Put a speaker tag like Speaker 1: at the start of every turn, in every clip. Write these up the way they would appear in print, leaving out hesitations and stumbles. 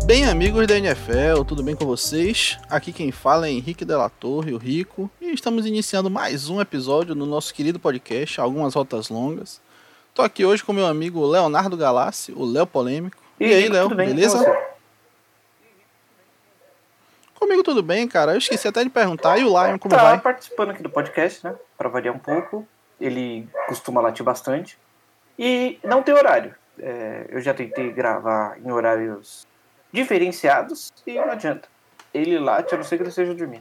Speaker 1: Bem, amigos da NFL, tudo bem com vocês? Aqui quem fala é Henrique Della Torre, o Rico, e estamos iniciando mais um episódio no nosso querido podcast, Algumas Rotas Longas. Tô aqui hoje com meu amigo Leonardo Galassi, o Léo Polêmico. E aí, Léo,
Speaker 2: tudo bem,
Speaker 1: beleza?
Speaker 2: com você?
Speaker 1: Comigo tudo bem, cara. Eu esqueci até de perguntar. E o Lion, como
Speaker 2: Tá
Speaker 1: vai?
Speaker 2: participando aqui do podcast, né? Pra variar um pouco. Ele costuma latir bastante. E não tem horário. Eu já tentei gravar em horários diferenciados e não adianta. Ele late, a não ser que ele esteja dormindo.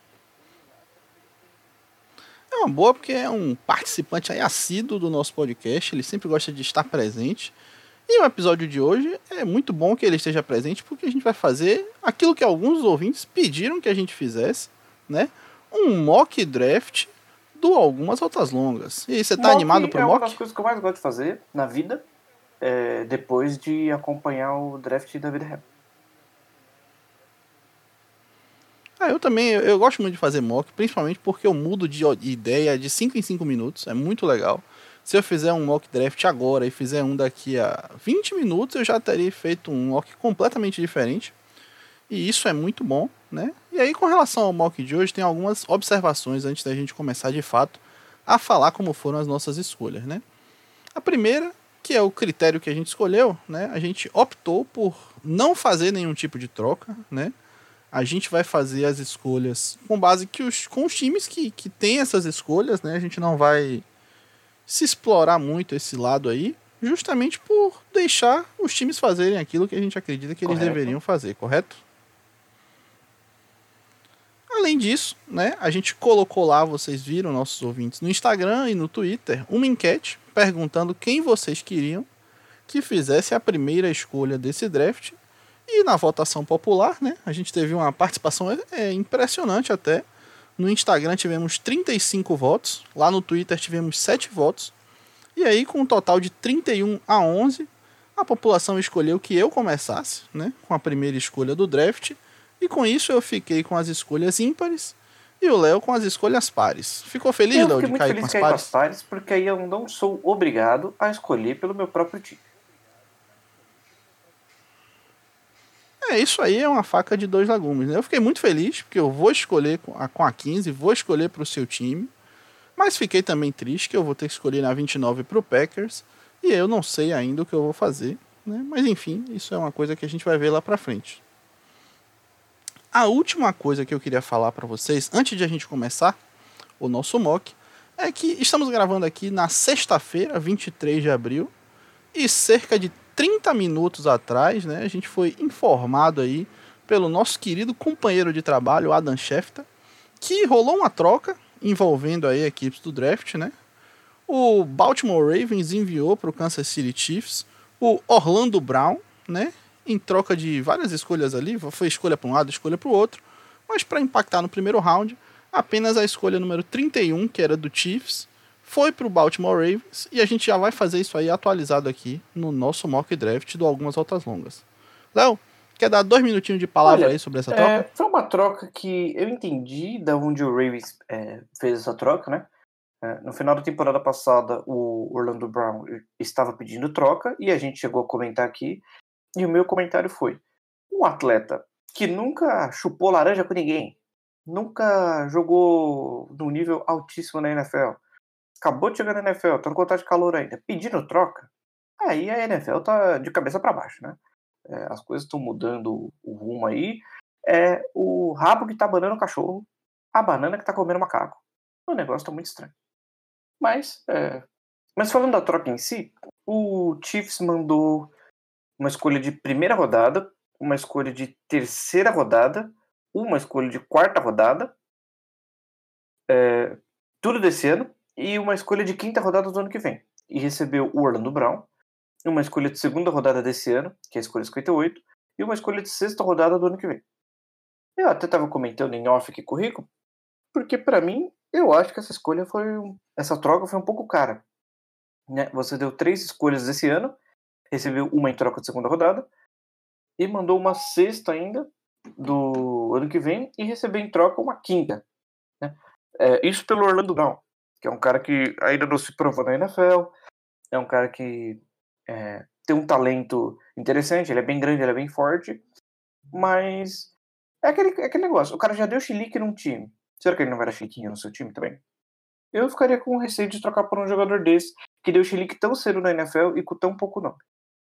Speaker 1: É uma boa porque é um participante aí assíduo do nosso podcast. Ele sempre gosta de estar presente. E o episódio de hoje é muito bom que ele esteja presente porque a gente vai fazer aquilo que alguns ouvintes pediram que a gente fizesse, né? Um mock draft do Algumas Rotas Longas. E aí, você tá animado pro
Speaker 2: É uma
Speaker 1: mock?
Speaker 2: das coisas que eu mais gosto de fazer na vida, depois de acompanhar o draft da vida real.
Speaker 1: Eu também, eu gosto muito de fazer mock, principalmente porque eu mudo de ideia de 5 em 5 minutos, é muito legal. Se eu fizer um mock draft agora e fizer um daqui a 20 minutos, eu já teria feito um mock completamente diferente. E isso é muito bom, né? E aí, com relação ao mock de hoje, tem algumas observações antes da gente começar de fato a falar como foram as nossas escolhas, né? A primeira, que é o critério que a gente escolheu, né? A gente optou por não fazer nenhum tipo de troca, né? A gente vai fazer as escolhas com base com os times que têm essas escolhas, né? A gente não vai se explorar muito esse lado aí, justamente por deixar os times fazerem aquilo que a gente acredita que eles deveriam fazer, correto? Além disso, né, a gente colocou lá, vocês viram, nossos ouvintes, no Instagram e no Twitter, uma enquete perguntando quem vocês queriam que fizesse a primeira escolha desse draft. E na votação popular, né, a gente teve uma participação impressionante até. No Instagram tivemos 35 votos, lá no Twitter tivemos 7 votos. E aí, com um total de 31-11, a população escolheu que eu começasse, né, com a primeira escolha do draft. E com isso eu fiquei com as escolhas ímpares e o Léo com as escolhas pares. Ficou feliz, Léo, de cair com as pares?
Speaker 2: Pares, porque aí eu não sou obrigado a escolher pelo meu próprio time.
Speaker 1: Isso aí é uma faca de dois legumes, né? Eu fiquei muito feliz, porque eu vou escolher com a 15, vou escolher para o seu time, mas fiquei também triste que eu vou ter que escolher na 29 para o Packers, e eu não sei ainda o que eu vou fazer, né? Mas enfim, isso é uma coisa que a gente vai ver lá para frente. A última coisa que eu queria falar para vocês, antes de a gente começar o nosso mock, é que estamos gravando aqui na sexta-feira, 23 de abril, e cerca de 30 minutos atrás, né, a gente foi informado aí pelo nosso querido companheiro de trabalho, Adam Schefter, que rolou uma troca envolvendo aí equipes do draft, né? O Baltimore Ravens enviou para o Kansas City Chiefs o Orlando Brown, né? Em troca de várias escolhas ali, foi escolha para um lado, escolha para o outro, mas para impactar no primeiro round, apenas a escolha número 31, que era do Chiefs, foi para o Baltimore Ravens, e a gente já vai fazer isso aí atualizado aqui no nosso mock draft do Algumas Rotas Longas. Léo, quer dar 2 minutinhos de palavra aí sobre essa troca?
Speaker 2: Foi uma troca que eu entendi da onde o Ravens fez essa troca, né? No final da temporada passada, o Orlando Brown estava pedindo troca e a gente chegou a comentar aqui. E o meu comentário foi: um atleta que nunca chupou laranja com ninguém, nunca jogou num nível altíssimo na NFL, acabou de chegar na NFL, tá no contrato de calor ainda, pedindo troca, aí a NFL tá de cabeça para baixo, né? As coisas estão mudando o rumo aí. É o rabo que tá banando o cachorro, a banana que tá comendo o macaco. O negócio tá muito estranho. Mas falando da troca em si, o Chiefs mandou uma escolha de primeira rodada, uma escolha de terceira rodada, uma escolha de quarta rodada, tudo desse ano, e uma escolha de quinta rodada do ano que vem. E recebeu o Orlando Brown, uma escolha de segunda rodada desse ano, que é a escolha 58, e uma escolha de sexta rodada do ano que vem. Eu até estava comentando em off aqui com o Rico, porque para mim, eu acho que essa troca foi um pouco cara. Né? Você deu 3 escolhas esse ano, recebeu uma em troca de segunda rodada, e mandou uma sexta ainda do ano que vem e recebeu em troca uma quinta. Né? Isso pelo Orlando Brown, que é um cara que ainda não se provou na NFL, é um cara que tem um talento interessante, ele é bem grande, ele é bem forte, mas é aquele negócio. O cara já deu chilique num time. Será que ele não vai dar chiliquinho no seu time também? Eu ficaria com receio de trocar por um jogador desse que deu chilique tão cedo na NFL e com tão pouco nome.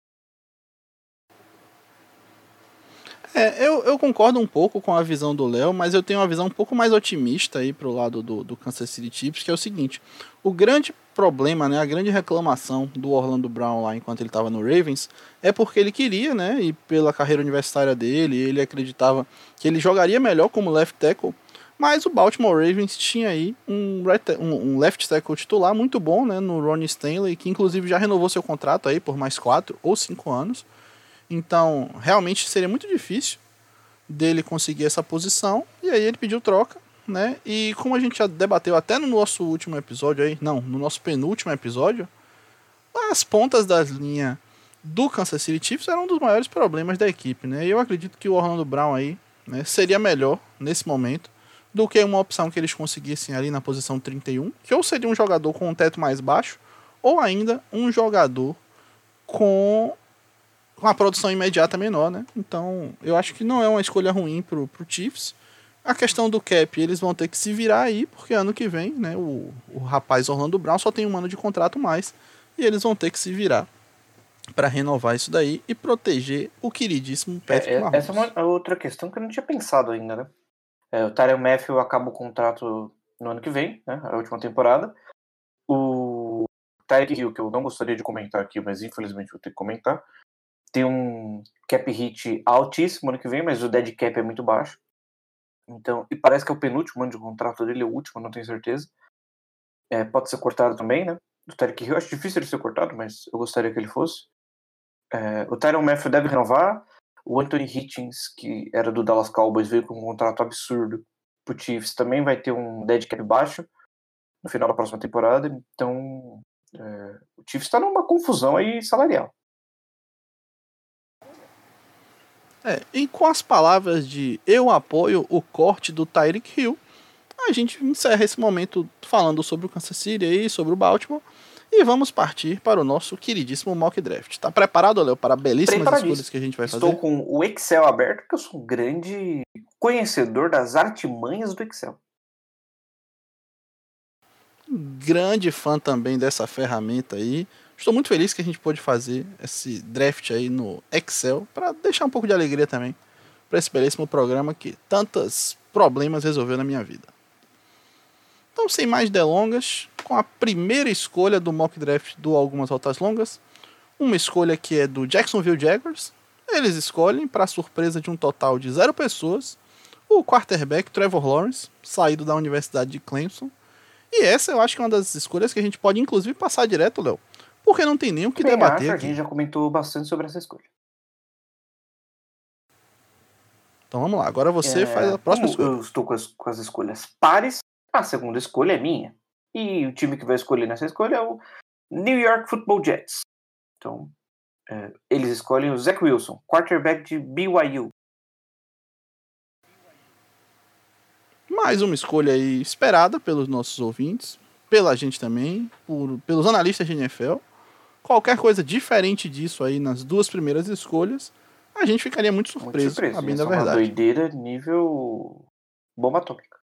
Speaker 1: Eu concordo um pouco com a visão do Léo, mas eu tenho uma visão um pouco mais otimista aí pro lado do Kansas City Chiefs, que é o seguinte: o grande problema, né, a grande reclamação do Orlando Brown lá enquanto ele estava no Ravens é porque ele queria, né, e pela carreira universitária dele, ele acreditava que ele jogaria melhor como left tackle, mas o Baltimore Ravens tinha aí um left tackle titular muito bom, né, no Ronnie Stanley, que inclusive já renovou seu contrato aí por mais 4 ou 5 anos. Então, realmente seria muito difícil dele conseguir essa posição. E aí ele pediu troca, né? E como a gente já debateu até no nosso último episódio aí, não, no nosso penúltimo episódio, as pontas das linhas do Kansas City Chiefs eram um dos maiores problemas da equipe, né? E eu acredito que o Orlando Brown aí, né, seria melhor nesse momento do que uma opção que eles conseguissem ali na posição 31, que ou seria um jogador com um teto mais baixo, ou ainda um jogador com uma produção imediata menor, né? Então, eu acho que não é uma escolha ruim pro Chiefs. A questão do cap, eles vão ter que se virar aí, porque ano que vem, né, o rapaz Orlando Brown só tem um ano de contrato mais, e eles vão ter que se virar para renovar isso daí e proteger o queridíssimo Patrick Mahomes.
Speaker 2: Essa é uma outra questão que eu não tinha pensado ainda, né? O Tyrann Mathieu acaba o contrato no ano que vem, né? A última temporada. O Tyreek Hill, que eu não gostaria de comentar aqui, mas infelizmente vou ter que comentar, tem um cap hit altíssimo ano que vem, mas o dead cap é muito baixo. Então, e parece que é o penúltimo ano de contrato dele, o último, não tenho certeza. Pode ser cortado também, né? O Tyreek Hill, acho difícil ele ser cortado, mas eu gostaria que ele fosse. O Tyrann Mathieu deve renovar. O Anthony Hitchens, que era do Dallas Cowboys, veio com um contrato absurdo pro Chiefs, também vai ter um dead cap baixo no final da próxima temporada. Então, o Chiefs está numa confusão aí salarial.
Speaker 1: E com as palavras de eu apoio o corte do Tyreek Hill, a gente encerra esse momento falando sobre o Kansas City e sobre o Baltimore. E vamos partir para o nosso queridíssimo mock draft. Tá preparado, Léo, para belíssimas escolhas que a gente vai fazer?
Speaker 2: Estou com o Excel aberto, porque eu sou um grande conhecedor das artimanhas do Excel.
Speaker 1: Grande fã também dessa ferramenta aí. Estou muito feliz que a gente pôde fazer esse draft aí no Excel para deixar um pouco de alegria também para esse belíssimo programa que tantos problemas resolveu na minha vida. Então, sem mais delongas, com a primeira escolha do mock draft do Algumas Rotas Longas, uma escolha que é do Jacksonville Jaguars. Eles escolhem, para surpresa de um total de 0 pessoas, o quarterback Trevor Lawrence, saído da Universidade de Clemson. E essa eu acho que é uma das escolhas que a gente pode inclusive passar direto, Léo, porque não tem nem o que debater aqui.
Speaker 2: A gente já comentou bastante sobre essa escolha.
Speaker 1: Então vamos lá, agora você faz a próxima escolha.
Speaker 2: Eu estou com as escolhas pares, a segunda escolha é minha. E o time que vai escolher nessa escolha é o New York Football Jets. Então, eles escolhem o Zach Wilson, quarterback de BYU.
Speaker 1: Mais uma escolha aí esperada pelos nossos ouvintes, pela gente também, pelos analistas de NFL. Qualquer coisa diferente disso aí nas duas primeiras escolhas, a gente ficaria muito surpreso, a bem da verdade.
Speaker 2: Uma doideira nível bomba atômica.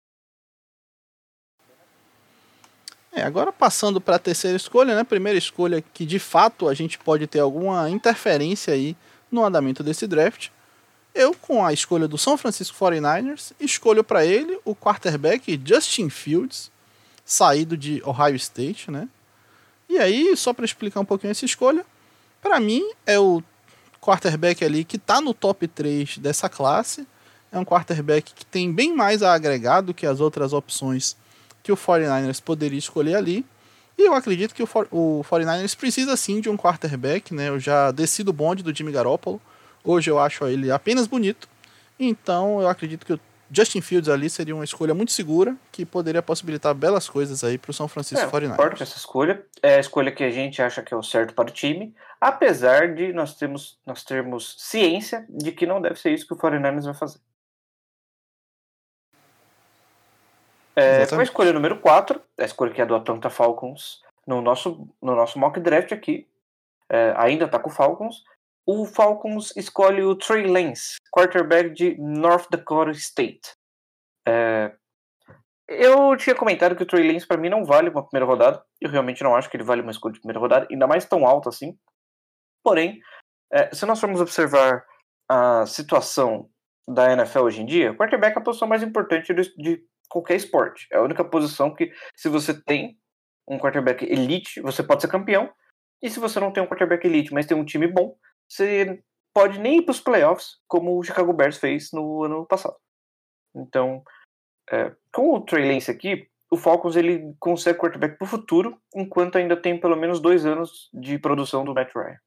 Speaker 1: Agora passando para a terceira escolha, né? Primeira escolha que de fato a gente pode ter alguma interferência aí no andamento desse draft. Eu, com a escolha do San Francisco 49ers, escolho para ele o quarterback Justin Fields, saído de Ohio State, né? E aí, só para explicar um pouquinho essa escolha, para mim é o quarterback ali que está no top 3 dessa classe. É um quarterback que tem bem mais a agregar do que as outras opções que o 49ers poderia escolher ali. E eu acredito que o 49ers precisa sim de um quarterback, né? Eu já desci do bonde do Jimmy Garoppolo. Hoje eu acho ele apenas bonito. Então eu acredito que o Justin Fields ali seria uma escolha muito segura, que poderia possibilitar belas coisas aí para o São Francisco 49ers.
Speaker 2: Concordo com essa escolha. É a escolha que a gente acha que é o certo para o time, apesar de nós termos ciência de que não deve ser isso que o 49ers vai fazer. Com a escolha número 4, a escolha que é do Atlanta Falcons, no nosso mock draft aqui, ainda está com o Falcons, o Falcons escolhe o Trey Lance, quarterback de North Dakota State. Eu tinha comentado que o Trey Lance para mim não vale uma primeira rodada. Eu realmente não acho que ele vale uma escolha de primeira rodada, ainda mais tão alta assim. Porém, se nós formos observar a situação da NFL hoje em dia, o quarterback é a posição mais importante de qualquer esporte. É a única posição que, se você tem um quarterback elite, você pode ser campeão. E se você não tem um quarterback elite, mas tem um time bom, você pode nem ir para os playoffs, como o Chicago Bears fez no ano passado. Então, com o Trey Lance aqui, o Falcons ele consegue quarterback para o futuro, enquanto ainda tem pelo menos 2 anos de produção do Matt Ryan.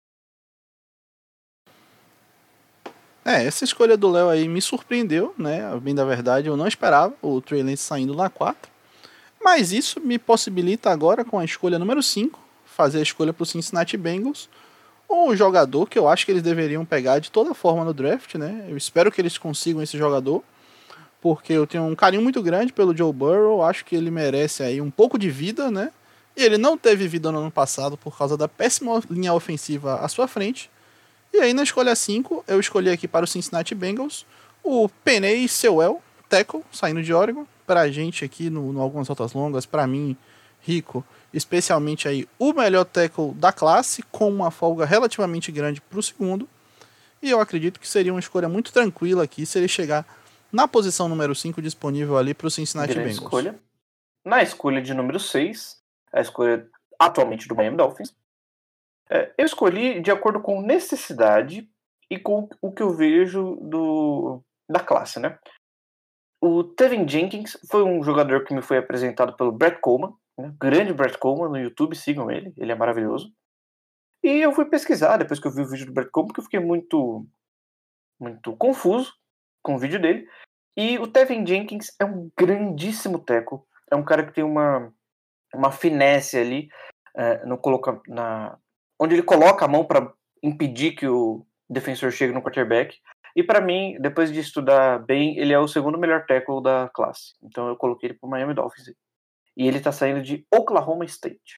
Speaker 1: Essa escolha do Léo aí me surpreendeu, né? Bem da verdade, eu não esperava o Trey Lance saindo lá 4. Mas isso me possibilita agora, com a escolha número 5, fazer a escolha para o Cincinnati Bengals. Um jogador que eu acho que eles deveriam pegar de toda forma no draft, né? Eu espero que eles consigam esse jogador, porque eu tenho um carinho muito grande pelo Joe Burrow. Acho que ele merece aí um pouco de vida, né? E ele não teve vida no ano passado por causa da péssima linha ofensiva à sua frente. E aí na escolha 5, eu escolhi aqui para o Cincinnati Bengals o Penei Sewell, tackle, saindo de Oregon. Pra gente aqui no Algumas Rotas Longas, pra mim, Rico, especialmente aí o melhor tackle da classe, com uma folga relativamente grande pro segundo. E eu acredito que seria uma escolha muito tranquila aqui se ele chegar na posição número 5 disponível ali pro Cincinnati Bengals.
Speaker 2: Escolha. Na escolha de número 6, a escolha atualmente do Miami Dolphins, eu escolhi de acordo com necessidade e com o que eu vejo da classe, né? O Tevin Jenkins foi um jogador que me foi apresentado pelo Brett Coleman, né? Grande Brett Coleman no YouTube, sigam ele é maravilhoso. E eu fui pesquisar depois que eu vi o vídeo do Brett Coleman, porque eu fiquei muito, muito confuso com o vídeo dele. E o Tevin Jenkins é um grandíssimo tackle, é um cara que tem uma finesse ali, onde ele coloca a mão para impedir que o defensor chegue no quarterback. E para mim, depois de estudar bem, ele é o segundo melhor tackle da classe. Então eu coloquei ele pro Miami Dolphins. E ele tá saindo de Oklahoma State.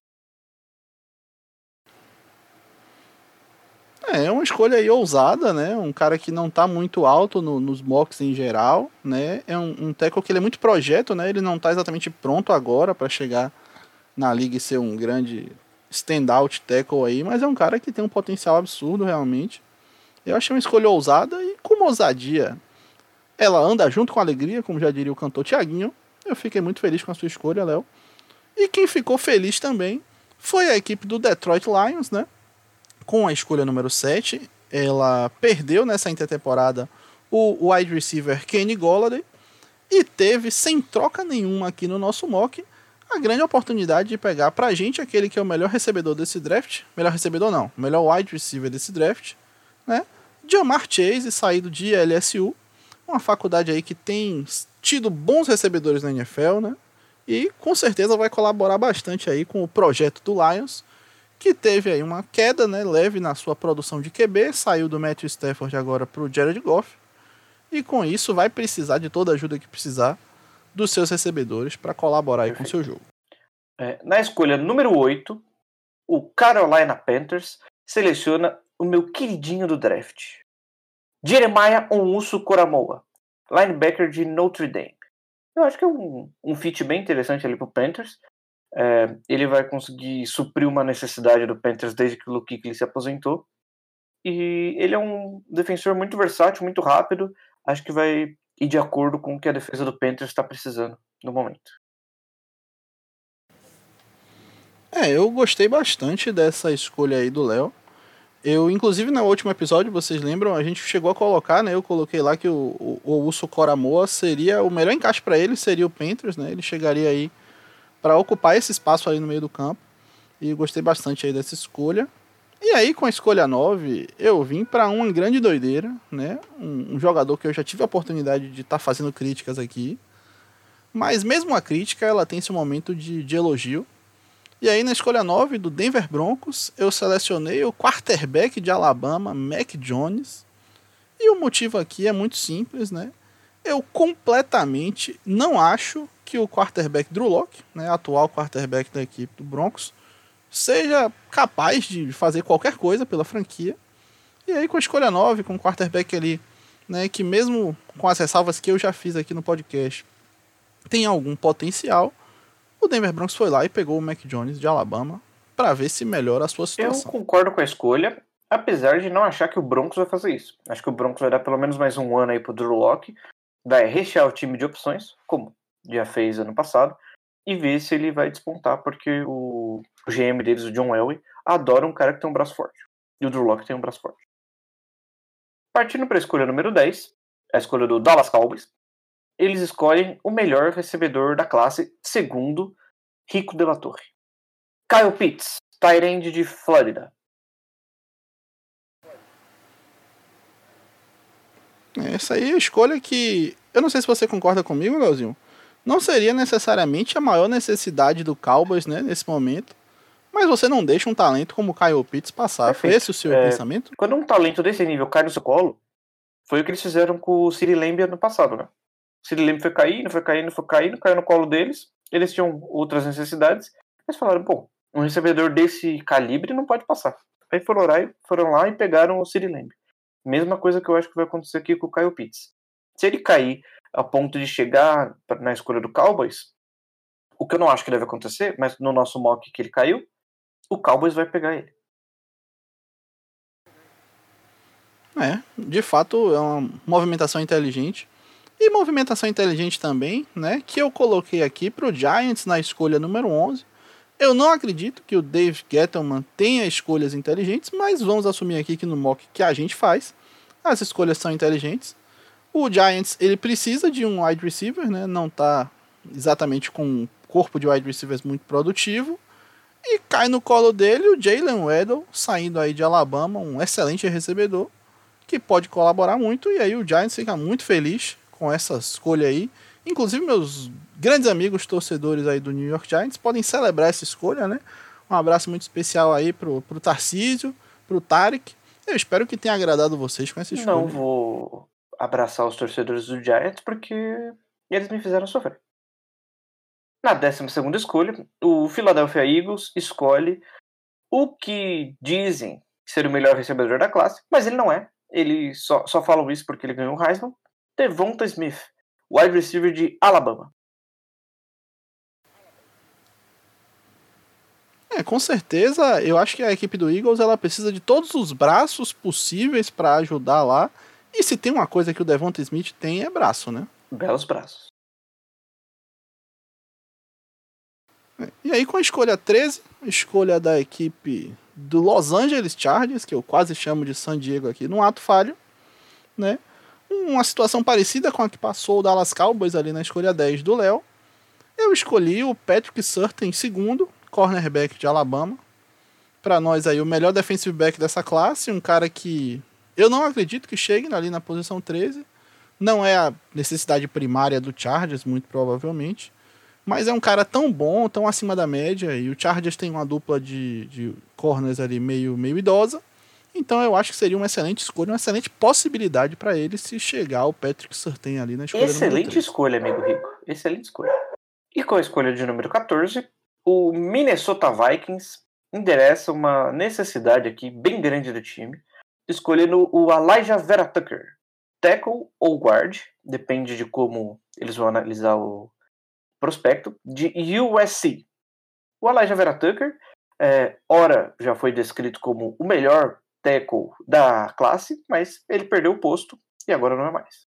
Speaker 1: É uma escolha aí ousada, né? Um cara que não tá muito alto nos mocks em geral, né? É um tackle que ele é muito projeto, né? Ele não tá exatamente pronto agora para chegar na liga e ser um grande standout tackle aí, mas é um cara que tem um potencial absurdo realmente. Eu achei uma escolha ousada e com uma ousadia ela anda junto com alegria, como já diria o cantor Thiaguinho. Eu fiquei muito feliz com a sua escolha, Léo. E quem ficou feliz também foi a equipe do Detroit Lions, né? Com a escolha número 7, ela perdeu nessa intertemporada o wide receiver Kenny Golladay e teve, sem troca nenhuma aqui no nosso mock, a grande oportunidade de pegar pra gente aquele que é o melhor recebedor desse draft, melhor recebedor não, o melhor wide receiver desse draft, né? Ja'Marr Chase, saído de LSU, uma faculdade aí que tem tido bons recebedores na NFL, né? E com certeza vai colaborar bastante aí com o projeto do Lions, que teve aí uma queda, né, leve na sua produção de QB, saiu do Matthew Stafford agora pro Jared Goff, e com isso vai precisar de toda a ajuda que precisar dos seus recebedores para colaborar aí com o seu jogo.
Speaker 2: Na escolha número 8, o Carolina Panthers seleciona o meu queridinho do draft, Jeremiah Owusu-Koramoah, linebacker de Notre Dame. Eu acho que é um fit bem interessante ali pro Panthers. Ele vai conseguir suprir uma necessidade do Panthers desde que o Luke Kuechly se aposentou. E ele é um defensor muito versátil, muito rápido. Acho que vai ir de acordo com o que a defesa do Panthers está precisando no momento.
Speaker 1: Eu gostei bastante dessa escolha aí do Léo. Eu, inclusive, no último episódio, vocês lembram, a gente chegou a colocar, né? Eu coloquei lá que o Owusu-Koramoah seria o melhor encaixe para ele, seria o Panthers, né? Ele chegaria aí para ocupar esse espaço ali no meio do campo. E eu gostei bastante aí dessa escolha. E aí, com a escolha 9, eu vim para uma grande doideira, né? Um jogador que eu já tive a oportunidade de estar fazendo críticas aqui. Mas mesmo a crítica, ela tem seu momento de elogio. E aí, na escolha 9 do Denver Broncos, eu selecionei o quarterback de Alabama, Mac Jones. E o motivo aqui é muito simples, né? Eu completamente não acho que o quarterback Drew Lock, né, atual quarterback da equipe do Broncos, seja capaz de fazer qualquer coisa pela franquia. E aí com a escolha 9, com o quarterback ali, né, que mesmo com as ressalvas que eu já fiz aqui no podcast, tem algum potencial, o Denver Broncos foi lá e pegou o Mac Jones de Alabama para ver se melhora a sua situação.
Speaker 2: Eu concordo com a escolha, apesar de não achar que o Broncos vai fazer isso. Acho que o Broncos vai dar pelo menos mais um ano aí pro Drew Lock, vai rechear o time de opções, como já fez ano passado, e ver se ele vai despontar, porque o GM deles, o John Elway, adora um cara que tem um braço forte. E o Drew Lock tem um braço forte. Partindo para a escolha número 10, a escolha do Dallas Cowboys, eles escolhem o melhor recebedor da classe, segundo Rico de la Torre. Kyle Pitts, tight end de Flórida.
Speaker 1: Essa aí é a escolha que, eu não sei se você concorda comigo, Leozinho, não seria necessariamente a maior necessidade do Cowboys, né, nesse momento, mas você não deixa um talento como o Kyle Pitts passar.
Speaker 2: Perfeito.
Speaker 1: Foi esse o seu pensamento?
Speaker 2: Quando um talento desse nível cai no seu colo, foi o que eles fizeram com o CeeDee Lamb ano passado, né? O CeeDee Lamb foi caindo, caiu no colo deles, eles tinham outras necessidades, eles falaram, pô, um recebedor desse calibre não pode passar. Aí foram lá e pegaram o CeeDee Lamb. Mesma coisa que eu acho que vai acontecer aqui com o Kyle Pitts. Se ele cair a ponto de chegar na escolha do Cowboys, o que eu não acho que deve acontecer, mas no nosso mock que ele caiu, o Cowboys vai pegar ele.
Speaker 1: De fato é uma movimentação inteligente. E movimentação inteligente também, né, que eu coloquei aqui pro Giants na escolha número 11. Eu não acredito que o Dave Gettleman tenha escolhas inteligentes, mas vamos assumir aqui que no mock que a gente faz, as escolhas são inteligentes. O Giants, ele precisa de um wide receiver, né, não tá exatamente com um corpo de wide receivers muito produtivo. E cai no colo dele o Jalen Waddle, saindo aí de Alabama, um excelente recebedor, que pode colaborar muito. E aí o Giants fica muito feliz com essa escolha aí. Inclusive meus grandes amigos torcedores aí do New York Giants podem celebrar essa escolha, né? Um abraço muito especial aí pro Tarcísio, pro Tarek. Eu espero que tenha agradado vocês com essa escolha.
Speaker 2: Não vou abraçar os torcedores do Giants porque eles me fizeram sofrer. Na 12ª escolha, o Philadelphia Eagles escolhe o que dizem ser o melhor recebedor da classe, mas ele não é. Eles só falam isso porque ele ganhou o Heisman. Devonta Smith, wide receiver de Alabama.
Speaker 1: Com certeza, eu acho que a equipe do Eagles ela precisa de todos os braços possíveis para ajudar lá. E se tem uma coisa que o Devonta Smith tem, é braço, né?
Speaker 2: Belos braços.
Speaker 1: E aí com a escolha 13, escolha da equipe do Los Angeles Chargers, que eu quase chamo de San Diego aqui, num ato falho, né? Uma situação parecida com a que passou o Dallas Cowboys ali na escolha 10 do Léo. Eu escolhi o Patrick Surtain em segundo, cornerback de Alabama. Para nós aí, o melhor defensive back dessa classe, um cara que eu não acredito que chegue ali na posição 13. Não é a necessidade primária do Chargers, muito provavelmente. Mas é um cara tão bom, tão acima da média. E o Chargers tem uma dupla de corners ali meio idosa. Então eu acho que seria uma excelente escolha, uma excelente possibilidade para ele se chegar o Patrick Surtain ali na escolha.
Speaker 2: Excelente escolha, amigo Rico. Excelente escolha. E com a escolha de número 14, o Minnesota Vikings endereça uma necessidade aqui bem grande do time, escolhendo o Elijah Vera Tucker, tackle ou guard, depende de como eles vão analisar o prospecto, de USC. O Elijah Vera Tucker, ora já foi descrito como o melhor tackle da classe, mas ele perdeu o posto e agora não é mais.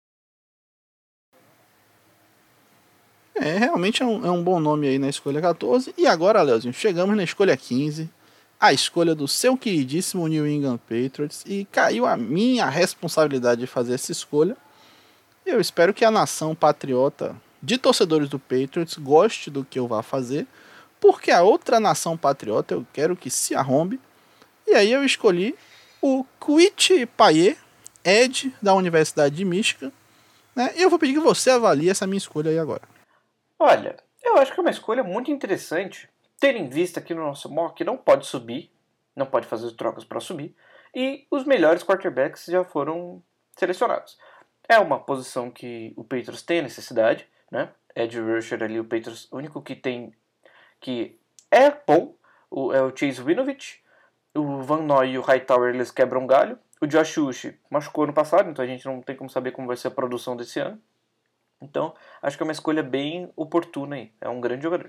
Speaker 1: Realmente é um bom nome aí na escolha 14. E agora, Leozinho, chegamos na escolha 15. A escolha do seu queridíssimo New England Patriots. E caiu a minha responsabilidade de fazer essa escolha. Eu espero que a nação patriota de torcedores do Patriots goste do que eu vá fazer. Porque a outra nação patriota eu quero que se arrombe. E aí eu escolhi o Kwity Paye, Ed da Universidade de Michigan. Né? E eu vou pedir que você avalie essa minha escolha aí agora.
Speaker 2: Olha, eu acho que é uma escolha muito interessante, tendo em vista que no nosso mock não pode subir, não pode fazer trocas para subir, e os melhores quarterbacks já foram selecionados. É uma posição que o Patriots tem necessidade, né? Edge rusher ali, o Patriots, o único que tem que é bom é o Chase Winovich, o Van Noy e o Hightower eles quebram galho, O Josh Uche machucou ano passado, então a gente não tem como saber como vai ser a produção desse ano. Então, acho que é uma escolha bem oportuna aí. É um grande jogador.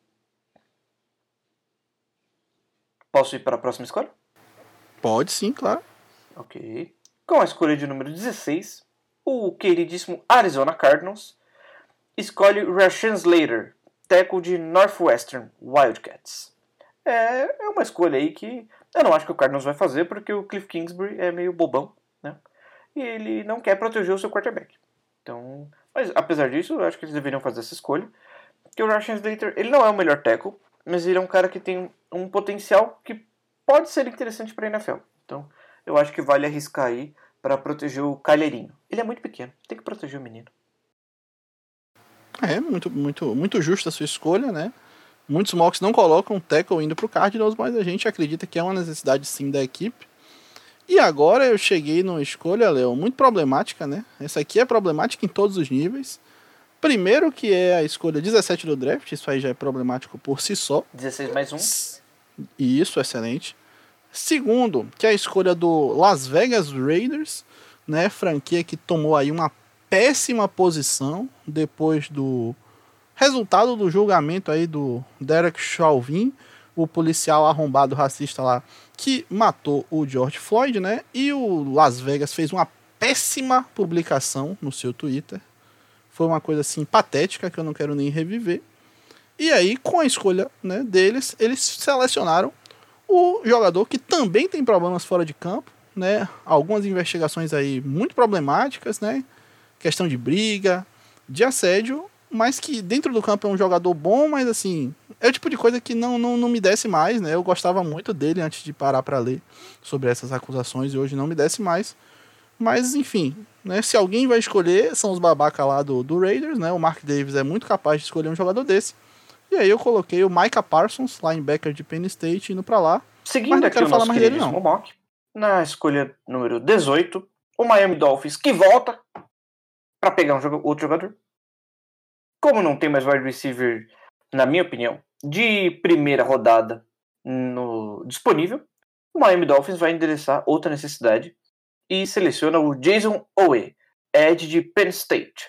Speaker 2: Posso ir para a próxima escolha?
Speaker 1: Pode sim, claro.
Speaker 2: Ok. Com a escolha de número 16, o queridíssimo Arizona Cardinals escolhe Rashawn Slater, tackle de Northwestern Wildcats. É uma escolha aí que eu não acho que o Cardinals vai fazer, porque o Cliff Kingsbury é meio bobão, né? E ele não quer proteger o seu quarterback. Então, mas apesar disso, eu acho que eles deveriam fazer essa escolha. Porque o Rashawn Slater, ele não é o melhor tackle, mas ele é um cara que tem um potencial que pode ser interessante para a NFL. Então, eu acho que vale arriscar aí para proteger o Calheirinho. Ele é muito pequeno, tem que proteger o menino.
Speaker 1: É muito justa a sua escolha, né? Muitos mocks não colocam tackle indo pro Cardinals, mas a gente acredita que é uma necessidade sim da equipe. E agora eu cheguei numa escolha, Léo, muito problemática, né? Essa aqui é problemática em todos os níveis. Primeiro que é a escolha 17 do draft, isso aí já é problemático por si só.
Speaker 2: 16 mais 1.
Speaker 1: E isso, excelente. Segundo, que é a escolha do Las Vegas Raiders, né? Franquia que tomou aí uma péssima posição depois do resultado do julgamento aí do Derek Chauvin, o policial arrombado racista lá que matou o George Floyd, né? E o Las Vegas fez uma péssima publicação no seu Twitter. Foi uma coisa assim patética que eu não quero nem reviver. E aí, com a escolha, né, deles, eles selecionaram o jogador que também tem problemas fora de campo, né? Algumas investigações aí muito problemáticas, né? Questão de briga, de assédio, mas que dentro do campo é um jogador bom, mas assim, é o tipo de coisa que não me desce mais, né? Eu gostava muito dele antes de parar para ler sobre essas acusações e hoje não me desce mais. Mas enfim, né? Se alguém vai escolher, são os babaca lá do Raiders, né? O Mark Davis é muito capaz de escolher um jogador desse. E aí eu coloquei o Micah Parsons, linebacker de Penn State, indo para lá.
Speaker 2: Seguindo aqui o nosso queridíssimo mock, na escolha número 18, o Miami Dolphins, que volta para pegar outro jogador. Como não tem mais wide receiver, na minha opinião, de primeira rodada disponível, o Miami Dolphins vai endereçar outra necessidade e seleciona o Jason Owe, edge de Penn State.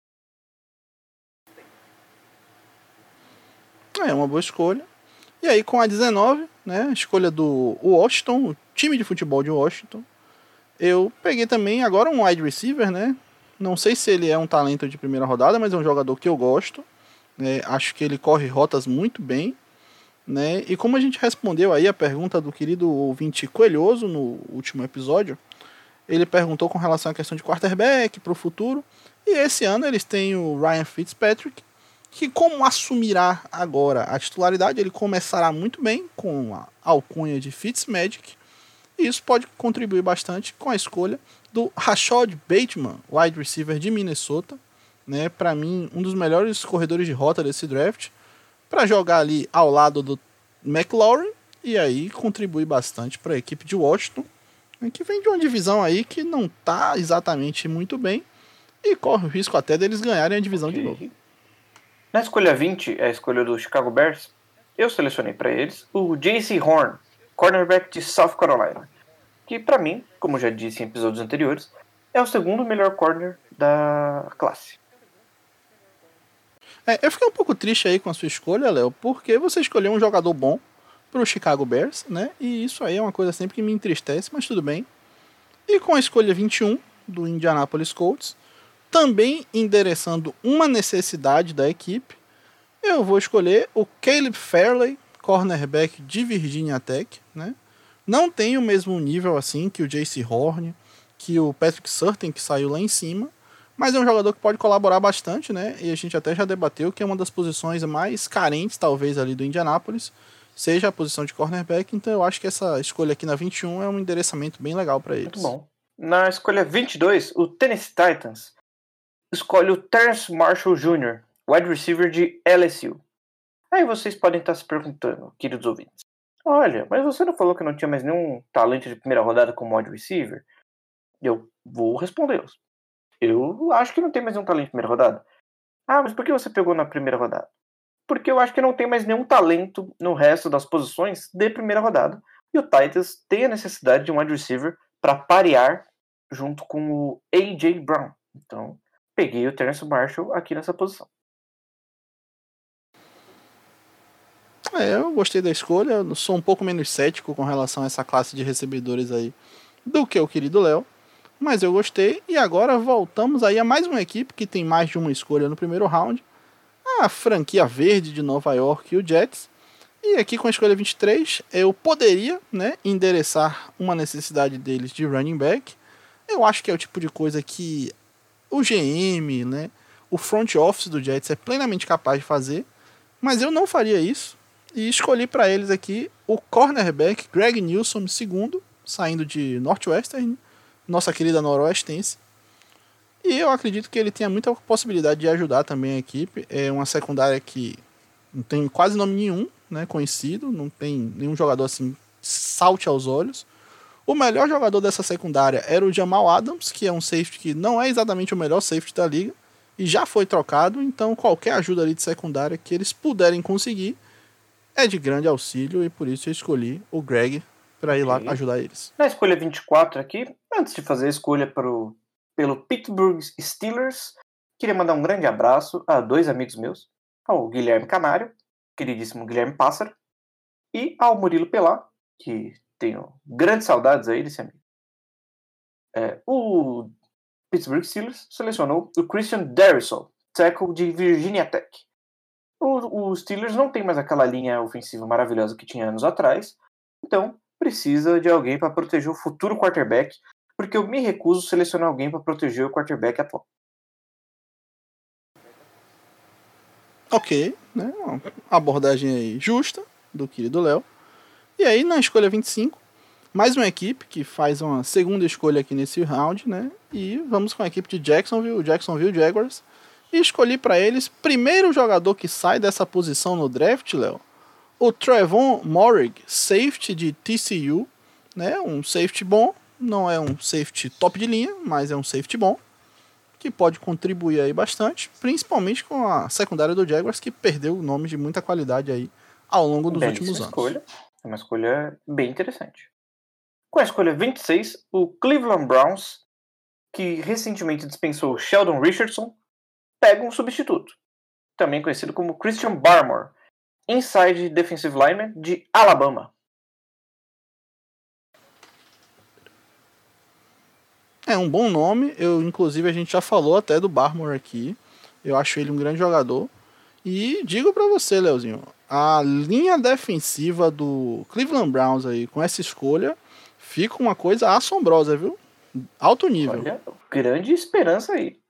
Speaker 1: É uma boa escolha. E aí com a 19, né, a escolha do Washington, o time de futebol de Washington, eu peguei também agora um wide receiver, né? Não sei se ele é um talento de primeira rodada, mas é um jogador que eu gosto. Né? Acho que ele corre rotas muito bem. Né? E como a gente respondeu aí a pergunta do querido ouvinte Coelhoso no último episódio, ele perguntou com relação à questão de quarterback para o futuro. E esse ano eles têm o Ryan Fitzpatrick, que como assumirá agora a titularidade, ele começará muito bem com a alcunha de Fitzmagic. E isso pode contribuir bastante com a escolha do Rashad Bateman, wide receiver de Minnesota. Né? Para mim, um dos melhores corredores de rota desse draft. Para jogar ali ao lado do McLaurin. E aí contribui bastante para a equipe de Washington. Que vem de uma divisão aí que não está exatamente muito bem. E corre o risco até deles ganharem a divisão de novo.
Speaker 2: Na escolha 20, a escolha do Chicago Bears, eu selecionei para eles o J.C. Horn, cornerback de South Carolina, que para mim, como já disse em episódios anteriores, é o segundo melhor corner da classe.
Speaker 1: Eu fiquei um pouco triste aí com a sua escolha, Léo, porque você escolheu um jogador bom para o Chicago Bears, né? E isso aí é uma coisa sempre que me entristece, mas tudo bem. E com a escolha 21 do Indianapolis Colts, também endereçando uma necessidade da equipe, eu vou escolher o Caleb Farley, cornerback de Virginia Tech, né? Não tem o mesmo nível assim que o J.C. Horn, que o Patrick Surtain, que saiu lá em cima, mas é um jogador que pode colaborar bastante, né? E a gente até já debateu que é uma das posições mais carentes, talvez, ali do Indianapolis, seja a posição de cornerback, então eu acho que essa escolha aqui na 21 é um endereçamento bem legal para eles.
Speaker 2: Muito bom. Na escolha 22, o Tennessee Titans escolhe o Terrence Marshall Jr., wide receiver de LSU. Aí vocês podem estar se perguntando, queridos ouvintes, olha, mas você não falou que não tinha mais nenhum talento de primeira rodada como wide receiver? Eu vou respondê-los. Eu acho que não tem mais nenhum talento de primeira rodada. Ah, mas por que você pegou na primeira rodada? Porque eu acho que não tem mais nenhum talento no resto das posições de primeira rodada. E o Titans tem a necessidade de um wide receiver para parear junto com o A.J. Brown. Então, peguei o Terrence Marshall aqui nessa posição.
Speaker 1: Eu gostei da escolha, eu sou um pouco menos cético com relação a essa classe de recebedores aí do que o querido Léo, mas eu gostei. E agora voltamos aí a mais uma equipe que tem mais de uma escolha no primeiro round, a franquia verde de Nova York e o Jets. E aqui com a escolha 23 eu poderia, né, endereçar uma necessidade deles de running back. Eu acho que é o tipo de coisa que o GM, né, o front office do Jets é plenamente capaz de fazer, mas eu não faria isso. E escolhi para eles aqui o cornerback Greg Nilsson, segundo, saindo de Northwestern, nossa querida noroestense. E eu acredito que ele tenha muita possibilidade de ajudar também a equipe. É uma secundária que não tem quase nome nenhum, né, conhecido, não tem nenhum jogador assim salte aos olhos. O melhor jogador dessa secundária era o Jamal Adams, que é um safety que não é exatamente o melhor safety da liga, e já foi trocado, então qualquer ajuda ali de secundária que eles puderem conseguir é de grande auxílio, e por isso eu escolhi o Greg para ir lá ajudar eles.
Speaker 2: Na escolha 24 aqui, antes de fazer a escolha pelo Pittsburgh Steelers, queria mandar um grande abraço a dois amigos meus, ao Guilherme Canário, queridíssimo Guilherme Pássaro, e ao Murilo Pelá, que tenho grandes saudades aí desse amigo. O Pittsburgh Steelers selecionou o Christian Darrisaw, tackle de Virginia Tech. Os Steelers não tem mais aquela linha ofensiva maravilhosa que tinha anos atrás, então precisa de alguém para proteger o futuro quarterback, porque eu me recuso a selecionar alguém para proteger o quarterback atual.
Speaker 1: Ok, né? Uma abordagem aí justa do querido Léo. E aí na escolha 25, mais uma equipe que faz uma segunda escolha aqui nesse round, né? E vamos com a equipe de Jacksonville, o Jacksonville Jaguars. E escolhi para eles, primeiro jogador que sai dessa posição no draft, Léo, o Trevon Moehrig, safety de TCU, né? Um safety bom, não é um safety top de linha, mas é um safety bom, que pode contribuir aí bastante, principalmente com a secundária do Jaguars, que perdeu o nome de muita qualidade aí ao longo dos últimos anos.
Speaker 2: É uma escolha bem interessante. Com a escolha 26, o Cleveland Browns, que recentemente dispensou Sheldon Richardson, pega um substituto, também conhecido como Christian Barmore, inside defensive lineman de Alabama.
Speaker 1: É um bom nome, inclusive a gente já falou até do Barmore aqui, eu acho ele um grande jogador, e digo pra você, Leozinho, a linha defensiva do Cleveland Browns aí, com essa escolha, fica uma coisa assombrosa, viu? Alto nível.
Speaker 2: Olha, grande esperança aí.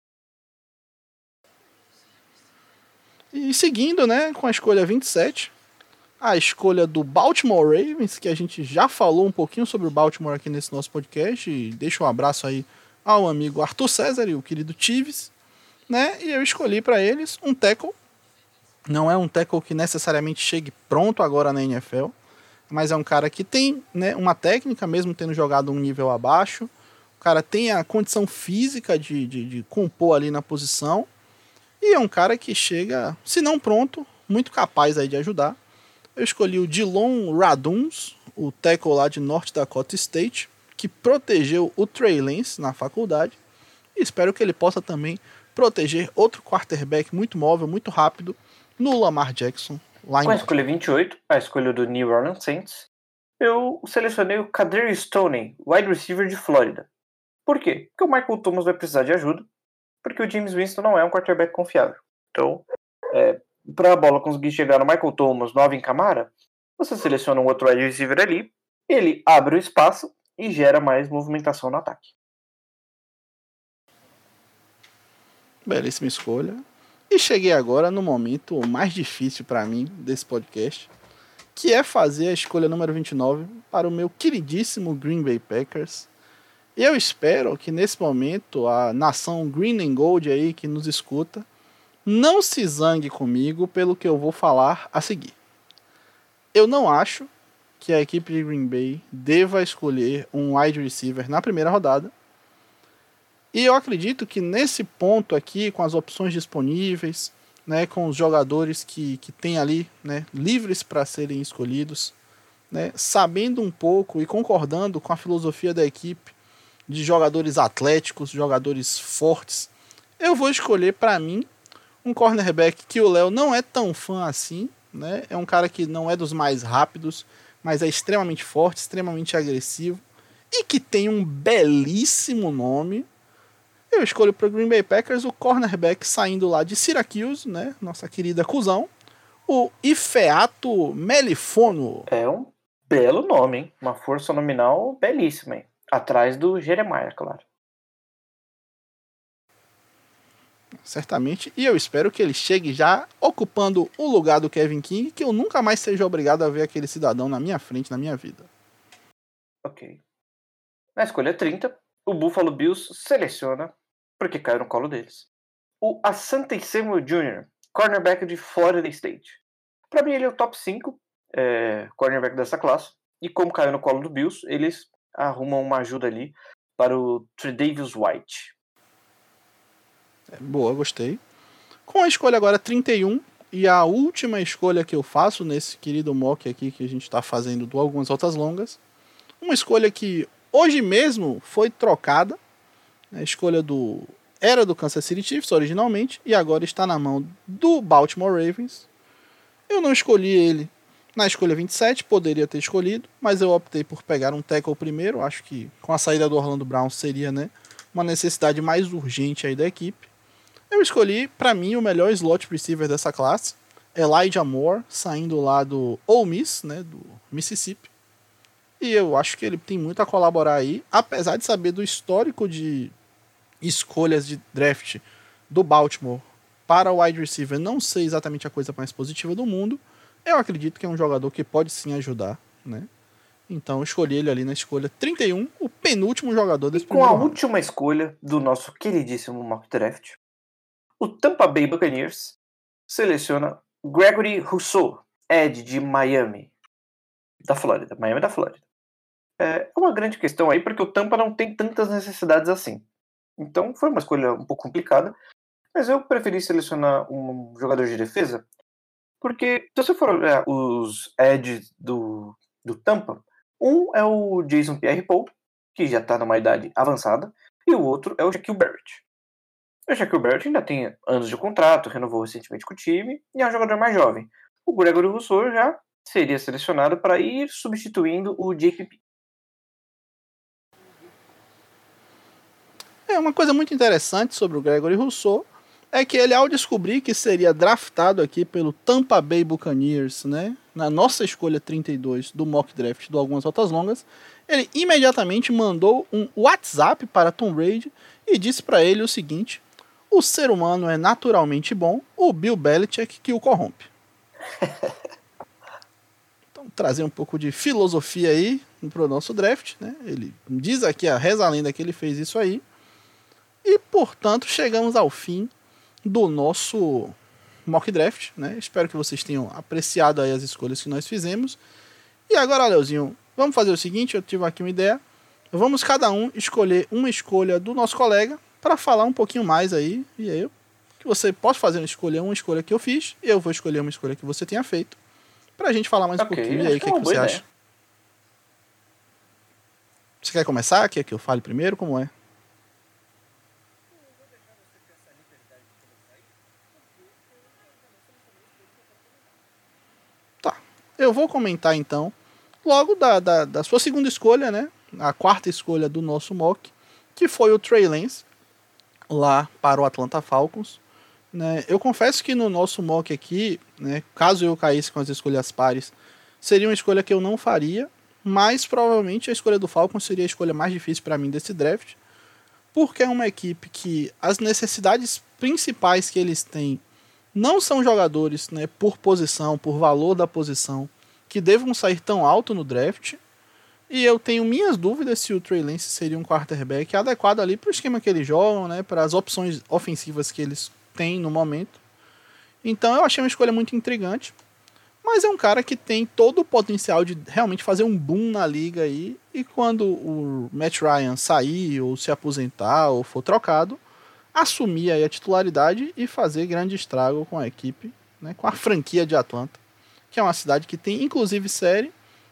Speaker 1: E seguindo, né, com a escolha 27, a escolha do Baltimore Ravens, que a gente já falou um pouquinho sobre o Baltimore aqui nesse nosso podcast, e deixa um abraço aí ao amigo Arthur César e o querido Tives, né, e eu escolhi para eles um tackle. Não é um tackle que necessariamente chegue pronto agora na NFL, mas é um cara que tem, né, uma técnica, mesmo tendo jogado um nível abaixo. O cara tem a condição física de compor ali na posição. E é um cara que chega, se não pronto, muito capaz aí de ajudar. Eu escolhi o Dillon Raduns, o tackle lá de North Dakota State, que protegeu o Trey Lance na faculdade. E espero que ele possa também proteger outro quarterback muito móvel, muito rápido, no Lamar Jackson, lá em
Speaker 2: Com a escolha 28, a escolha do New Orleans Saints, eu selecionei o Kadarius Stoney, wide receiver de Flórida. Por quê? Porque o Michael Thomas vai precisar de ajuda, porque o James Winston não é um quarterback confiável. Então, para a bola conseguir chegar no Michael Thomas, no Alvin Kamara, você seleciona um outro wide receiver ali, ele abre o espaço e gera mais movimentação no ataque.
Speaker 1: Belíssima escolha. E cheguei agora no momento mais difícil para mim desse podcast, que é fazer a escolha número 29 para o meu queridíssimo Green Bay Packers. E eu espero que nesse momento a nação Green and Gold aí que nos escuta não se zangue comigo pelo que eu vou falar a seguir. Eu não acho que a equipe de Green Bay deva escolher um wide receiver na primeira rodada. E eu acredito que nesse ponto aqui, com as opções disponíveis, né, com os jogadores que tem ali, né, livres para serem escolhidos, né, sabendo um pouco e concordando com a filosofia da equipe de jogadores atléticos, jogadores fortes, eu vou escolher para mim um cornerback que o Léo não é tão fã assim, né? É um cara que não é dos mais rápidos, mas é extremamente forte, extremamente agressivo e que tem um belíssimo nome. Eu escolho para o Green Bay Packers o cornerback saindo lá de Syracuse, né? Nossa querida cuzão, o Ifeatu Melifono.
Speaker 2: É um belo nome, hein? Uma força nominal belíssima, hein? Atrás do Jeremiah, claro.
Speaker 1: Certamente, e eu espero que ele chegue já ocupando o lugar do Kevin King, que eu nunca mais seja obrigado a ver aquele cidadão na minha frente, na minha vida.
Speaker 2: Ok. Na escolha 30, o Buffalo Bills seleciona, porque caiu no colo deles, o Asante Samuel Jr., cornerback de Florida State. Para mim, ele é o top 5 cornerback dessa classe, e como caiu no colo do Bills, eles arrumam uma ajuda ali para o Tre'Davious White.
Speaker 1: Boa, gostei. Com a escolha agora 31, e a última escolha que eu faço nesse querido mock aqui que a gente está fazendo de algumas rotas longas, uma escolha que hoje mesmo foi trocada, a escolha era do Kansas City Chiefs originalmente, e agora está na mão do Baltimore Ravens. Eu não escolhi ele na escolha 27, poderia ter escolhido, mas eu optei por pegar um tackle primeiro, acho que com a saída do Orlando Brown seria, né, uma necessidade mais urgente aí da equipe. Eu escolhi, para mim, o melhor slot receiver dessa classe, Elijah Moore, saindo lá do Ole Miss, né, do Mississippi. E eu acho que ele tem muito a colaborar aí, apesar de saber do histórico de escolhas de draft do Baltimore para o wide receiver não ser exatamente a coisa mais positiva do mundo. Eu acredito que é um jogador que pode sim ajudar, né? Então eu escolhi ele ali na escolha 31, o penúltimo jogador desse primeiro
Speaker 2: round.
Speaker 1: round.
Speaker 2: Com a última escolha do nosso queridíssimo mock draft, o Tampa Bay Buccaneers seleciona Gregory Rousseau, Ed de Miami, da Flórida. Miami da Flórida. É uma grande questão aí, porque o Tampa não tem tantas necessidades assim. Então foi uma escolha um pouco complicada, mas eu preferi selecionar um jogador de defesa, porque se você for olhar os Eds do Tampa, um é o Jason Pierre-Paul, que já está numa idade avançada, e o outro é o Shaquille Barrett. O Shaquille Barrett ainda tem anos de contrato, renovou recentemente com o time, e é um jogador mais jovem. O Gregory Rousseau já seria selecionado para ir substituindo o JPP.
Speaker 1: Uma coisa muito interessante sobre o Gregory Rousseau é que ele, ao descobrir que seria draftado aqui pelo Tampa Bay Buccaneers, né, na nossa escolha 32 do mock draft do Algumas Rotas Longas, ele imediatamente mandou um WhatsApp para Tom Brady e disse para ele o seguinte: o ser humano é naturalmente bom, o Bill Belichick que o corrompe. Então, trazer um pouco de filosofia aí para o nosso draft, né? Ele diz aqui, a reza a lenda que ele fez isso aí. E, portanto, chegamos ao fim do nosso mock draft, né? Espero que vocês tenham apreciado aí as escolhas que nós fizemos. E agora, Leozinho, vamos fazer o seguinte, eu tive aqui uma ideia. Vamos cada um escolher uma escolha do nosso colega para falar um pouquinho mais aí. E aí, que você pode fazer uma escolha que eu fiz, e eu vou escolher uma escolha que você tenha feito, pra gente falar mais um pouquinho. E aí, o que você acha? Você quer começar? Quer que eu fale primeiro? Como é? Eu vou comentar então, logo da sua segunda escolha, né? A quarta escolha do nosso mock, que foi o Trey Lance, lá para o Atlanta Falcons. Né? Eu confesso que no nosso mock aqui, né, caso eu caísse com as escolhas pares, seria uma escolha que eu não faria, mas provavelmente a escolha do Falcons seria a escolha mais difícil para mim desse draft, porque é uma equipe que as necessidades principais que eles têm não são jogadores, né, por posição, por valor da posição, que devam sair tão alto no draft. E eu tenho minhas dúvidas se o Trey Lance seria um quarterback adequado ali para o esquema que eles jogam, né, para as opções ofensivas que eles têm no momento. Então eu achei uma escolha muito intrigante. Mas é um cara que tem todo o potencial de realmente fazer um boom na liga aí. E quando o Matt Ryan sair, ou se aposentar, ou for trocado, assumir aí a titularidade e fazer grande estrago com a equipe, né, com a franquia de Atlanta, que é uma cidade que tem inclusive série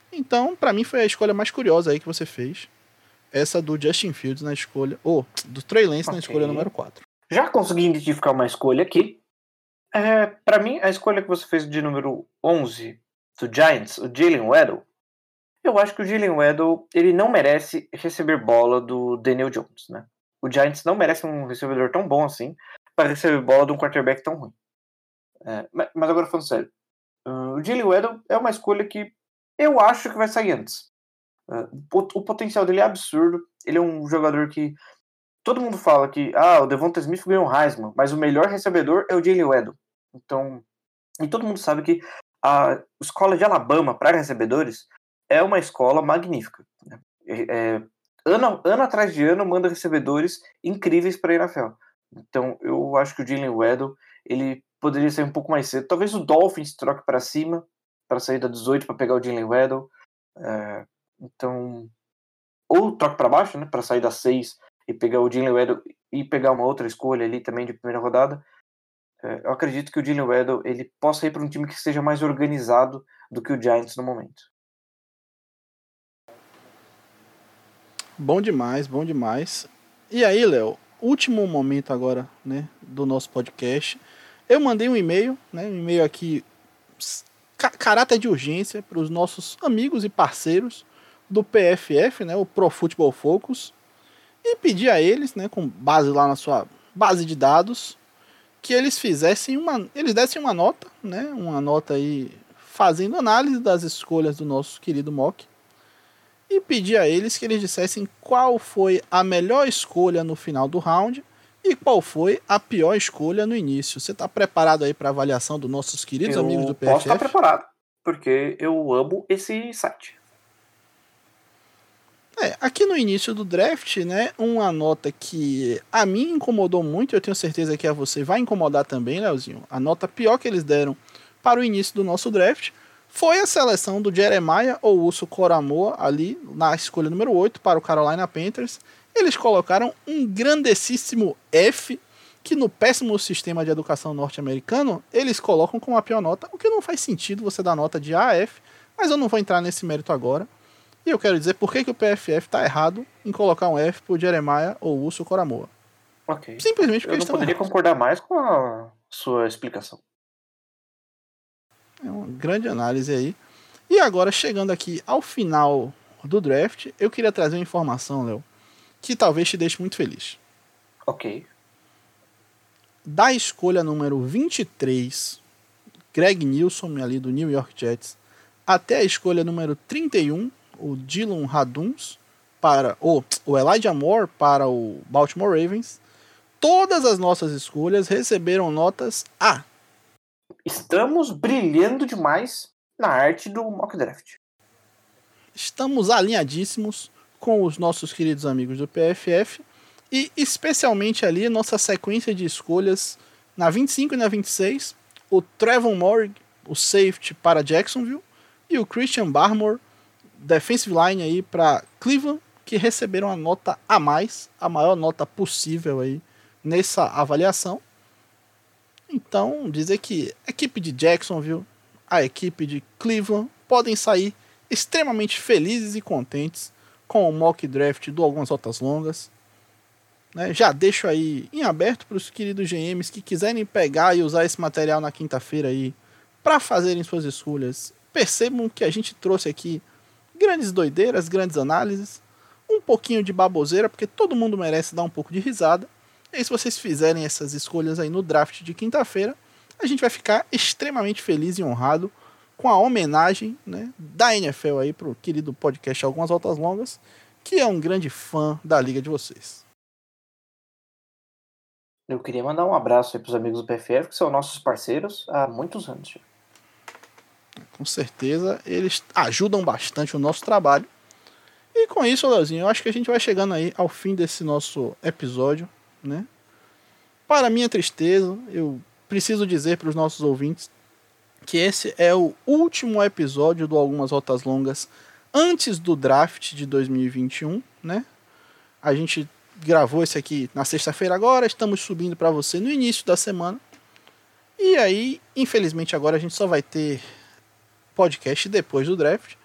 Speaker 1: Então, pra mim, foi a escolha mais curiosa aí que você fez. Essa do Justin Fields na escolha... do Trey Lance na escolha número 4.
Speaker 2: Já consegui identificar uma escolha aqui. Pra mim, a escolha que você fez de número 11 do Giants, o Jalen Waddle, eu acho que o Jalen Waddle, ele não merece receber bola do Daniel Jones, né? O Giants não merece um recebedor tão bom assim para receber bola de um quarterback tão ruim. Mas agora falando sério, o Jalen Waddle é uma escolha que eu acho que vai sair antes. O potencial dele é absurdo. Ele é um jogador que todo mundo fala que o Devonta Smith ganhou o Heisman, mas o melhor recebedor é o Jalen Waddle. Então, e todo mundo sabe que a escola de Alabama para recebedores é uma escola magnífica, né? Ano atrás de ano manda recebedores incríveis para a NFL. Então, eu acho que o Jalen Waddle, ele poderia ser um pouco mais cedo. Talvez o Dolphins troque para cima, para sair da 18 para pegar o Jalen Waddle. Então, ou troque para baixo, né, para sair da 6 e pegar o Jalen Waddle e pegar uma outra escolha ali também de primeira rodada. Eu acredito que o Jalen Waddle, ele possa ir para um time que seja mais organizado do que o Giants no momento.
Speaker 1: Bom demais, bom demais. E aí, Léo, último momento agora, né, do nosso podcast. Eu mandei um e-mail, né, um e-mail aqui, caráter de urgência, para os nossos amigos e parceiros do PFF, né, o Pro Football Focus, e pedi a eles, né, com base lá na sua base de dados, que eles dessem uma nota, né, uma nota aí fazendo análise das escolhas do nosso querido Mock, e pedi a eles que eles dissessem qual foi a melhor escolha no final do round e qual foi a pior escolha no início. Você está preparado aí para a avaliação dos nossos queridos amigos do PFF?
Speaker 2: Eu posso estar preparado, porque eu amo esse site.
Speaker 1: Aqui no início do draft, né, uma nota que a mim incomodou muito, eu tenho certeza que a você vai incomodar também, Leozinho. A nota pior que eles deram para o início do nosso draft foi a seleção do Jeremiah Owusu-Koramoah ali na escolha número 8 para o Carolina Panthers. Eles colocaram um grandessíssimo F, que no péssimo sistema de educação norte-americano eles colocam como a pior nota, o que não faz sentido você dar nota de A a F, mas eu não vou entrar nesse mérito agora. E eu quero dizer por que o PFF está errado em colocar um F por Jeremiah Owusu-Koramoah.
Speaker 2: Ok.
Speaker 1: Simplesmente porque
Speaker 2: eu não poderia concordar mais com a sua explicação.
Speaker 1: É uma grande análise aí. E agora, chegando aqui ao final do draft, eu queria trazer uma informação, Léo, que talvez te deixe muito feliz.
Speaker 2: Ok.
Speaker 1: Da escolha número 23, Greg Nilsson, ali do New York Jets, até a escolha número 31, o Dylan Raduns, para o Elijah Moore para o Baltimore Ravens, todas as nossas escolhas receberam notas A.
Speaker 2: Estamos brilhando demais na arte do mock draft.
Speaker 1: Estamos alinhadíssimos com os nossos queridos amigos do PFF e especialmente ali nossa sequência de escolhas na 25 e na 26, o Trevon Moehrig, o safety para Jacksonville, e o Christian Barmore, defensive line aí para Cleveland, que receberam a nota a mais, a maior nota possível aí nessa avaliação. Então, dizer que a equipe de Jacksonville, a equipe de Cleveland podem sair extremamente felizes e contentes com o mock draft do Algumas Rotas Longas. Né? Já deixo aí em aberto para os queridos GMs que quiserem pegar e usar esse material na quinta-feira aí para fazerem suas escolhas. Percebam que a gente trouxe aqui grandes doideiras, grandes análises, um pouquinho de baboseira, porque todo mundo merece dar um pouco de risada. E aí, se vocês fizerem essas escolhas aí no draft de quinta-feira, a gente vai ficar extremamente feliz e honrado com a homenagem, né, da NFL aí pro querido podcast Algumas Rotas Longas, que é um grande fã da liga de vocês.
Speaker 2: Eu queria mandar um abraço aí pros amigos do PFF, que são nossos parceiros há muitos anos já.
Speaker 1: Com certeza, eles ajudam bastante o nosso trabalho. E com isso, Leozinho, eu acho que a gente vai chegando aí ao fim desse nosso episódio, né? Para minha tristeza, eu preciso dizer para os nossos ouvintes que esse é o último episódio do Algumas Rotas Longas antes do draft de 2021, né? A gente gravou esse aqui na sexta-feira agora, estamos subindo para você no início da semana. E aí, infelizmente agora a gente só vai ter podcast depois do draft,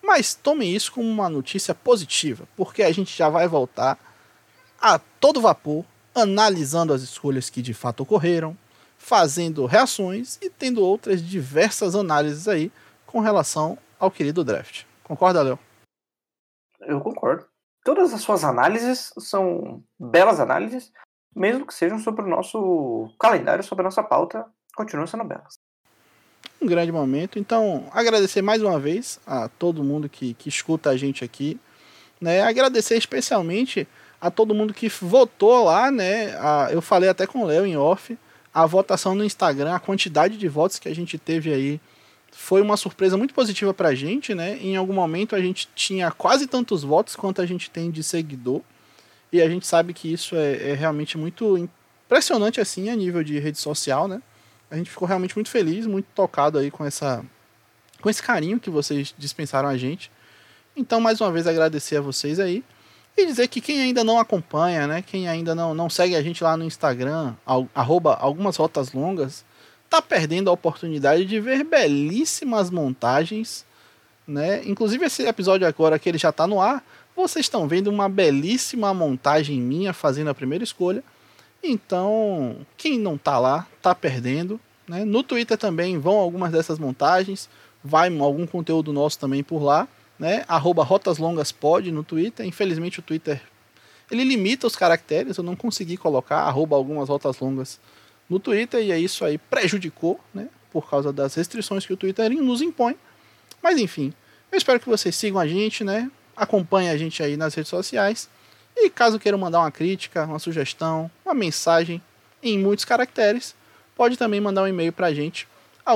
Speaker 1: Mas tomem isso como uma notícia positiva, porque a gente já vai voltar a todo vapor, analisando as escolhas que de fato ocorreram, fazendo reações e tendo outras diversas análises aí com relação ao querido draft. Concorda, Léo?
Speaker 2: Eu concordo. Todas as suas análises são belas análises, mesmo que sejam sobre o nosso calendário, sobre a nossa pauta, continuam sendo belas.
Speaker 1: Um grande momento. Então, agradecer mais uma vez a todo mundo que escuta a gente aqui, né? Agradecer especialmente a todo mundo que votou lá, né? Eu falei até com o Léo em off, a votação no Instagram, a quantidade de votos que a gente teve aí foi uma surpresa muito positiva pra gente, né? Em algum momento a gente tinha quase tantos votos quanto a gente tem de seguidor, e a gente sabe que isso é realmente muito impressionante assim a nível de rede social, né? A gente ficou realmente muito feliz, muito tocado aí com esse carinho que vocês dispensaram a gente. Então, mais uma vez, agradecer a vocês aí. E dizer que quem ainda não acompanha, né? Quem ainda não segue a gente lá no Instagram, @algumasrotaslongas, tá perdendo a oportunidade de ver belíssimas montagens, né? Inclusive esse episódio agora que ele já tá no ar, vocês estão vendo uma belíssima montagem minha fazendo a primeira escolha. Então, quem não tá lá, tá perdendo, né? No Twitter também vão algumas dessas montagens, vai algum conteúdo nosso também por lá, né? @rotaslongaspod no Twitter. Infelizmente o Twitter, ele limita os caracteres, eu não consegui colocar @algumasrotaslongas no Twitter, e isso aí prejudicou, né? Por causa das restrições que o Twitter nos impõe. Mas enfim, eu espero que vocês sigam a gente, né? Acompanhem a gente aí nas redes sociais. E caso queiram mandar uma crítica, uma sugestão, uma mensagem em muitos caracteres, pode também mandar um e-mail pra gente,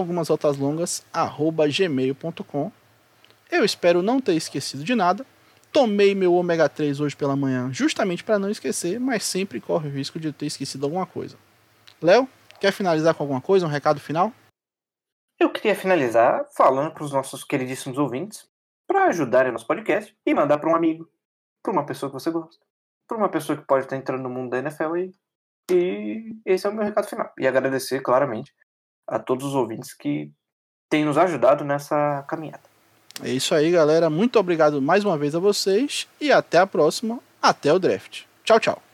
Speaker 1: algumasrotaslongas@gmail.com. Eu espero não ter esquecido de nada. Tomei meu ômega 3 hoje pela manhã justamente para não esquecer, mas sempre corre o risco de ter esquecido alguma coisa. Léo, quer finalizar com alguma coisa, um recado final?
Speaker 2: Eu queria finalizar falando para os nossos queridíssimos ouvintes para ajudarem nosso podcast e mandar para um amigo, para uma pessoa que você gosta, para uma pessoa que pode estar entrando no mundo da NFL aí. E esse é o meu recado final. E agradecer, claramente, a todos os ouvintes que têm nos ajudado nessa caminhada.
Speaker 1: É isso aí, galera. Muito obrigado mais uma vez a vocês e até a próxima. Até o draft. Tchau, tchau.